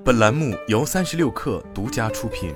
本栏目由36氪独家出品。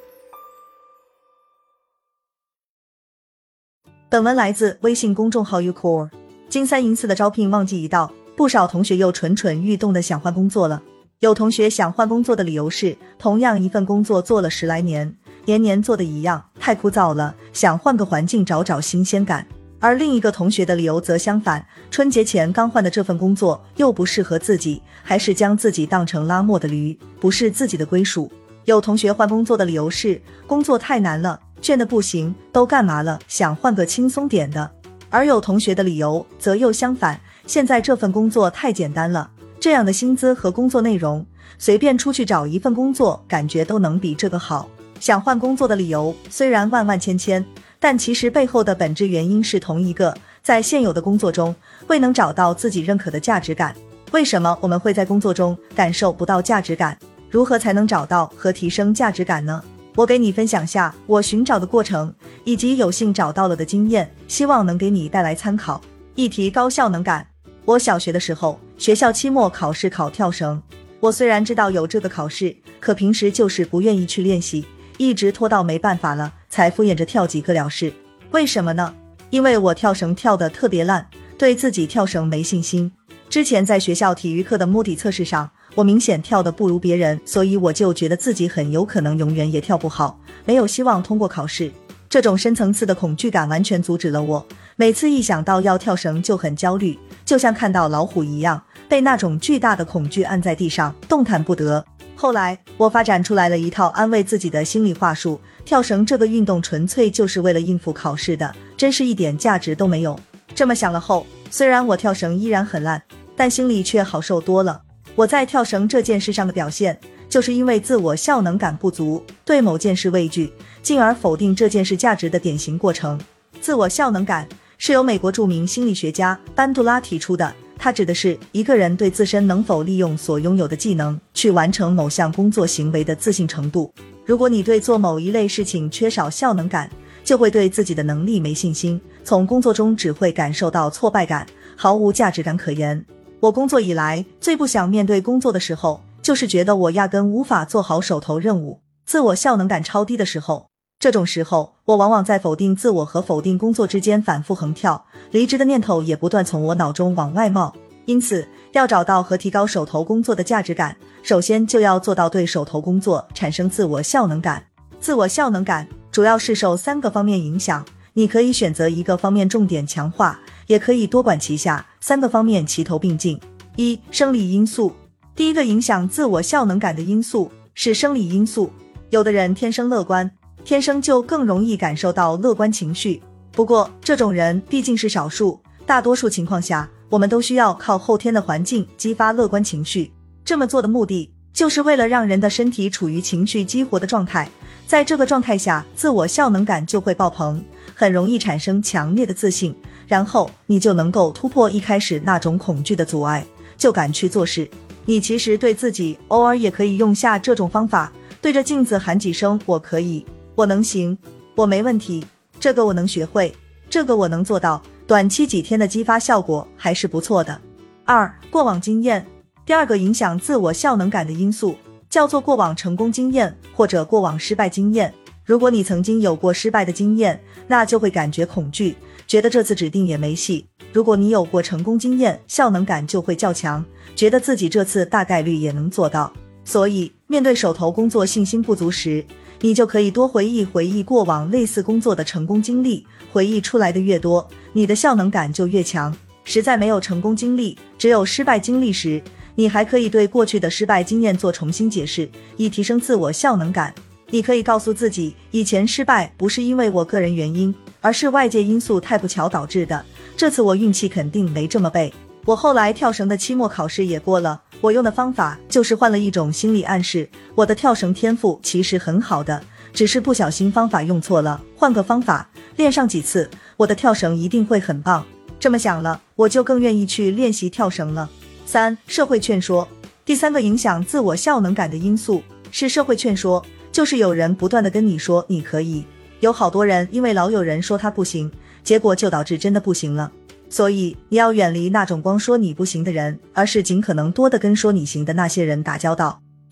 本文来自微信公众号 Ucore。 金3银4的招聘旺季一到，不少同学又蠢蠢欲动的想换工作了。有同学想换工作的理由是，同样一份工作做了10来年，年年做的一样，太枯燥了，想换个环境找找新鲜感。而另一个同学的理由则相反，春节前刚换的这份工作又不适合自己，还是将自己当成拉磨的驴，不是自己的归属。有同学换工作的理由是，工作太难了，倦得不行，都干嘛了，想换个轻松点的。而有同学的理由则又相反，现在这份工作太简单了，这样的薪资和工作内容，随便出去找一份工作，感觉都能比这个好。想换工作的理由虽然万万千千，但其实背后的本质原因是同一个，在现有的工作中未能找到自己认可的价值感。为什么我们会在工作中感受不到价值感？如何才能找到和提升价值感呢？我给你分享下我寻找的过程，以及有幸找到了的经验，希望能给你带来参考。一提高效能感，我小学的时候，学校期末考试考跳绳。我虽然知道有这个考试，可平时就是不愿意去练习，一直拖到没办法了才敷衍着跳几个了事。为什么呢？因为我跳绳跳得特别烂，对自己跳绳没信心。之前在学校体育课的摸底测试上，我明显跳得不如别人，所以我就觉得自己很有可能永远也跳不好，没有希望通过考试。这种深层次的恐惧感完全阻止了我，每次一想到要跳绳就很焦虑，就像看到老虎一样，被那种巨大的恐惧按在地上，动弹不得。后来我发展出来了一套安慰自己的心理话术，跳绳这个运动纯粹就是为了应付考试的，真是一点价值都没有。这么想了后，虽然我跳绳依然很烂，但心里却好受多了。我在跳绳这件事上的表现，就是因为自我效能感不足，对某件事畏惧，进而否定这件事价值的典型过程。自我效能感是由美国著名心理学家班杜拉提出的，它指的是一个人对自身能否利用所拥有的技能去完成某项工作行为的自信程度。如果你对做某一类事情缺少效能感，就会对自己的能力没信心，从工作中只会感受到挫败感，毫无价值感可言。我工作以来最不想面对工作的时候，就是觉得我压根无法做好手头任务，自我效能感超低的时候。这种时候，我往往在否定自我和否定工作之间反复横跳，离职的念头也不断从我脑中往外冒。因此，要找到和提高手头工作的价值感，首先就要做到对手头工作产生自我效能感。自我效能感主要是受3个方面影响，你可以选择一个方面重点强化，也可以多管齐下，3个方面齐头并进。1、生理因素。第一个影响自我效能感的因素是生理因素。有的人天生乐观，天生就更容易感受到乐观情绪。不过这种人毕竟是少数，大多数情况下，我们都需要靠后天的环境激发乐观情绪。这么做的目的，就是为了让人的身体处于情绪激活的状态，在这个状态下，自我效能感就会爆棚，很容易产生强烈的自信，然后你就能够突破一开始那种恐惧的阻碍，就敢去做事。你其实对自己偶尔也可以用下这种方法，对着镜子喊几声我可以，我能行，我没问题，这个我能学会，这个我能做到，短期几天的激发效果还是不错的。2、过往经验。第二个影响自我效能感的因素叫做过往成功经验或者过往失败经验。如果你曾经有过失败的经验，那就会感觉恐惧，觉得这次指定也没戏。如果你有过成功经验，效能感就会较强，觉得自己这次大概率也能做到。所以面对手头工作信心不足时，你就可以多回忆过往类似工作的成功经历，回忆出来的越多，你的效能感就越强。实在没有成功经历，只有失败经历时，你还可以对过去的失败经验做重新解释，以提升自我效能感。你可以告诉自己，以前失败不是因为我个人原因，而是外界因素太不巧导致的，这次我运气肯定没这么背。我后来跳绳的期末考试也过了，我用的方法就是换了一种心理暗示，我的跳绳天赋其实很好的，只是不小心方法用错了，换个方法练上几次，我的跳绳一定会很棒。这么想了，我就更愿意去练习跳绳了。3、社会劝说。第3个影响自我效能感的因素是社会劝说，就是有人不断地跟你说你可以。有好多人因为老有人说他不行，结果就导致真的不行了。所以你要远离那种光说你不行的人，而是尽可能多地跟说你行的那些人打交道。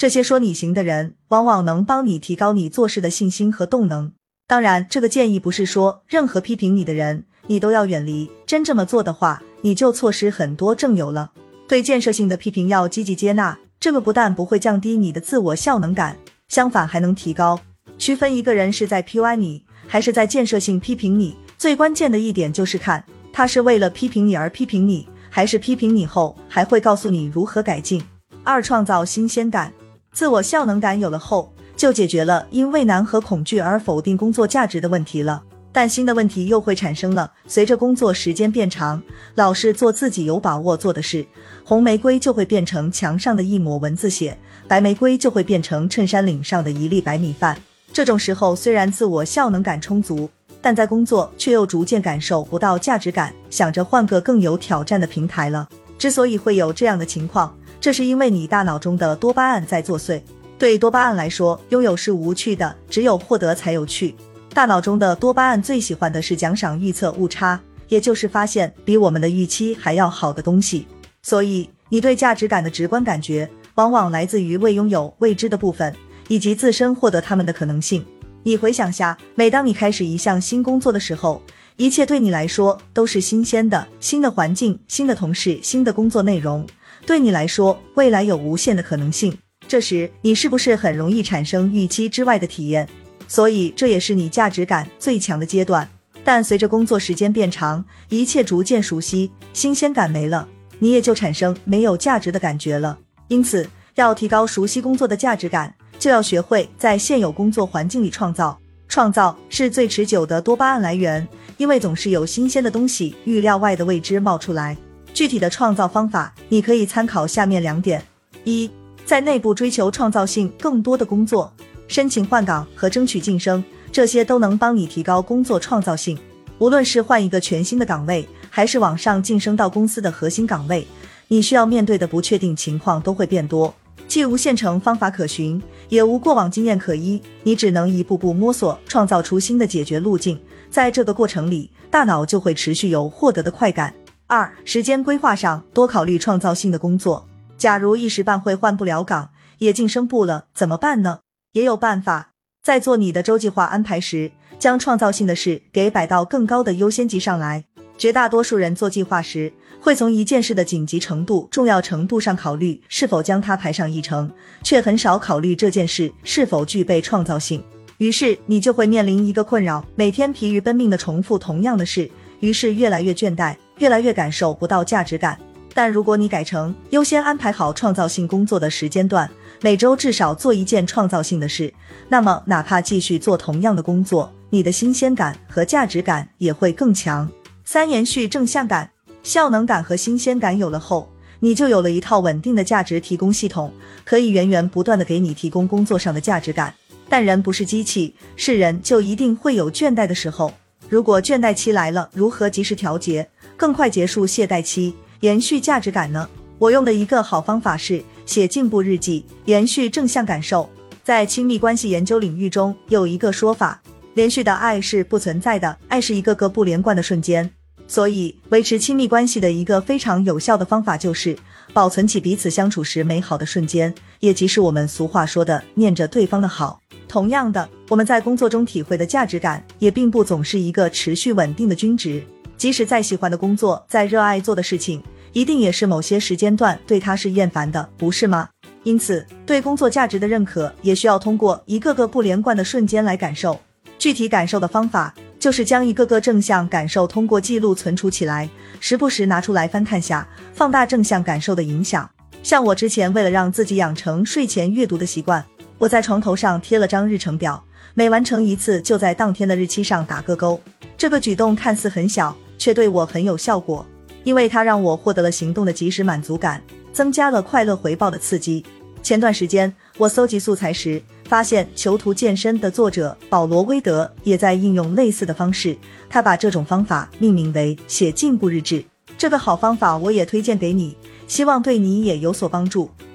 这些说你行的人，往往能帮你提高你做事的信心和动能。当然，这个建议不是说任何批评你的人，你都要远离，真这么做的话，你就错失很多正友了。对建设性的批评要积极接纳，这个不但不会降低你的自我效能感，相反还能提高。区分一个人是在 PUA 你，还是在建设性批评你，最关键的一点就是看他是为了批评你而批评你，还是批评你后还会告诉你如何改进。2、创造新鲜感。自我效能感有了后，就解决了因畏难和恐惧而否定工作价值的问题了。但新的问题又会产生了，随着工作时间变长，老是做自己有把握做的事，红玫瑰就会变成墙上的一抹蚊子血，白玫瑰就会变成衬衫领上的一粒白米饭。这种时候虽然自我效能感充足，但在工作却又逐渐感受不到价值感，想着换个更有挑战的平台了。之所以会有这样的情况，这是因为你大脑中的多巴胺在作祟。对多巴胺来说，拥有是无趣的，只有获得才有趣。大脑中的多巴胺最喜欢的是奖赏预测误差，也就是发现比我们的预期还要好的东西。所以你对价值感的直观感觉往往来自于未拥有未知的部分，以及自身获得它们的可能性。你回想下，每当你开始一项新工作的时候，一切对你来说都是新鲜的，新的环境，新的同事，新的工作内容，对你来说未来有无限的可能性。这时你是不是很容易产生预期之外的体验？所以这也是你价值感最强的阶段。但随着工作时间变长，一切逐渐熟悉，新鲜感没了，你也就产生没有价值的感觉了。因此要提高熟悉工作的价值感，就要学会在现有工作环境里创造。创造是最持久的多巴胺来源，因为总是有新鲜的东西，预料外的未知冒出来。具体的创造方法，你可以参考下面2点。1、在内部追求创造性更多的工作，申请换岗和争取晋升，这些都能帮你提高工作创造性。无论是换一个全新的岗位，还是往上晋升到公司的核心岗位，你需要面对的不确定情况都会变多，既无现成方法可循，也无过往经验可依，你只能一步步摸索，创造出新的解决路径。在这个过程里，大脑就会持续有获得的快感。2、时间规划上多考虑创造性的工作。假如一时半会换不了岗，也晋升不了，怎么办呢？也有办法。在做你的周计划安排时，将创造性的事给摆到更高的优先级上来。绝大多数人做计划时，会从一件事的紧急程度、重要程度上考虑是否将它排上议程，却很少考虑这件事是否具备创造性。于是你就会面临一个困扰，每天疲于奔命地重复同样的事，于是越来越倦怠，越来越感受不到价值感。但如果你改成优先安排好创造性工作的时间段，每周至少做一件创造性的事，那么哪怕继续做同样的工作，你的新鲜感和价值感也会更强。3、延续正向感。效能感和新鲜感有了后，你就有了一套稳定的价值提供系统，可以源源不断地给你提供工作上的价值感。但人不是机器，是人就一定会有倦怠的时候。如果倦怠期来了，如何及时调节，更快结束懈怠期，延续价值感呢？我用的一个好方法是写进步日记，延续正向感受。在亲密关系研究领域中，有一个说法，连续的爱是不存在的，爱是一个个不连贯的瞬间。所以维持亲密关系的一个非常有效的方法就是保存起彼此相处时美好的瞬间，也即是我们俗话说的念着对方的好。同样的，我们在工作中体会的价值感也并不总是一个持续稳定的均值。即使再喜欢的工作，再热爱做的事情，一定也是某些时间段对它是厌烦的，不是吗？因此对工作价值的认可也需要通过一个个不连贯的瞬间来感受。具体感受的方法就是将一个个正向感受通过记录存储起来，时不时拿出来翻看下，放大正向感受的影响。像我之前为了让自己养成睡前阅读的习惯，我在床头上贴了张日程表，每完成一次就在当天的日期上打个勾。这个举动看似很小，却对我很有效果，因为它让我获得了行动的及时满足感，增加了快乐回报的刺激。前段时间我搜集素材时，发现囚徒健身的作者保罗·威德也在应用类似的方式，他把这种方法命名为写进步日志。这个好方法我也推荐给你，希望对你也有所帮助。